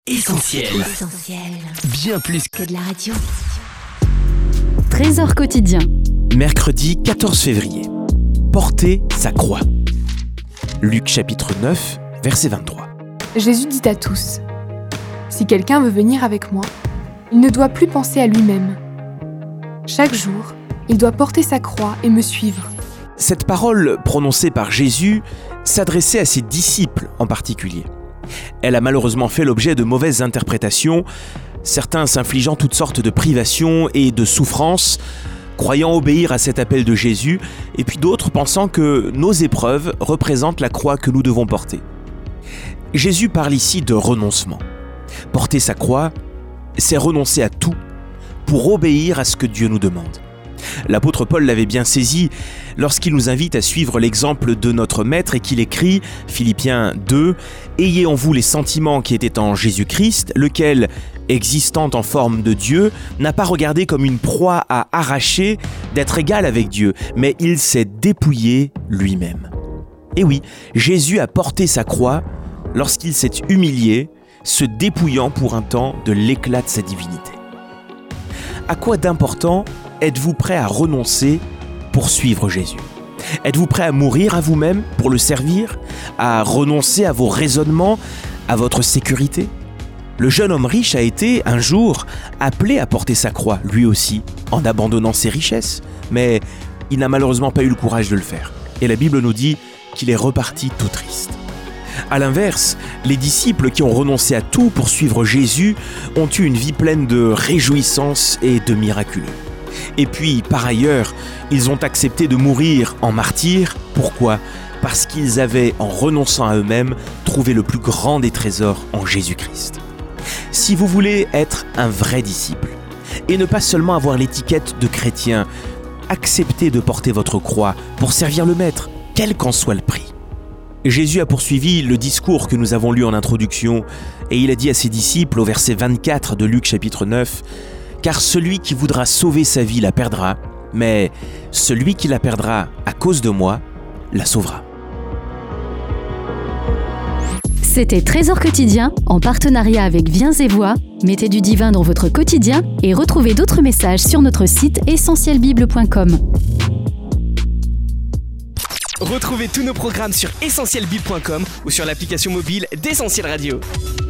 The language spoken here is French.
Essentiel. Bien plus que de la radio. Trésor quotidien. Mercredi 14 février. Porter sa croix. Luc chapitre 9, verset 23. Jésus dit à tous : si quelqu'un veut venir avec moi, il ne doit plus penser à lui-même. Chaque jour, il doit porter sa croix et me suivre. Cette parole prononcée par Jésus s'adressait à ses disciples en particulier. Elle a malheureusement fait l'objet de mauvaises interprétations, certains s'infligeant toutes sortes de privations et de souffrances, croyant obéir à cet appel de Jésus, et puis d'autres pensant que nos épreuves représentent la croix que nous devons porter. Jésus parle ici de renoncement. Porter sa croix, c'est renoncer à tout pour obéir à ce que Dieu nous demande. L'apôtre Paul l'avait bien saisi lorsqu'il nous invite à suivre l'exemple de notre Maître et qu'il écrit, Philippiens 2, « Ayez en vous les sentiments qui étaient en Jésus-Christ, lequel, existant en forme de Dieu, n'a pas regardé comme une proie à arracher d'être égal avec Dieu, mais il s'est dépouillé lui-même. » Et oui, Jésus a porté sa croix lorsqu'il s'est humilié, se dépouillant pour un temps de l'éclat de sa divinité. À quoi d'important êtes-vous prêt à renoncer pour suivre Jésus ? Êtes-vous prêt à mourir à vous-même pour le servir ? À renoncer à vos raisonnements, à votre sécurité ? Le jeune homme riche a été, un jour, appelé à porter sa croix, lui aussi, en abandonnant ses richesses. Mais il n'a malheureusement pas eu le courage de le faire. Et la Bible nous dit qu'il est reparti tout triste. À l'inverse, les disciples qui ont renoncé à tout pour suivre Jésus ont eu une vie pleine de réjouissance et de miraculeux. Et puis, par ailleurs, ils ont accepté de mourir en martyrs. Pourquoi ? Parce qu'ils avaient, en renonçant à eux-mêmes, trouvé le plus grand des trésors en Jésus-Christ. Si vous voulez être un vrai disciple, et ne pas seulement avoir l'étiquette de chrétien, acceptez de porter votre croix pour servir le Maître, quel qu'en soit le prix. Jésus a poursuivi le discours que nous avons lu en introduction, et il a dit à ses disciples au verset 24 de Luc chapitre 9, « Car celui qui voudra sauver sa vie la perdra, mais celui qui la perdra à cause de moi la sauvera. » C'était Trésor quotidien en partenariat avec Viens et Voix. Mettez du divin dans votre quotidien et retrouvez d'autres messages sur notre site essentielbible.com. Retrouvez tous nos programmes sur essentielbible.com ou sur l'application mobile d'Essentiel Radio.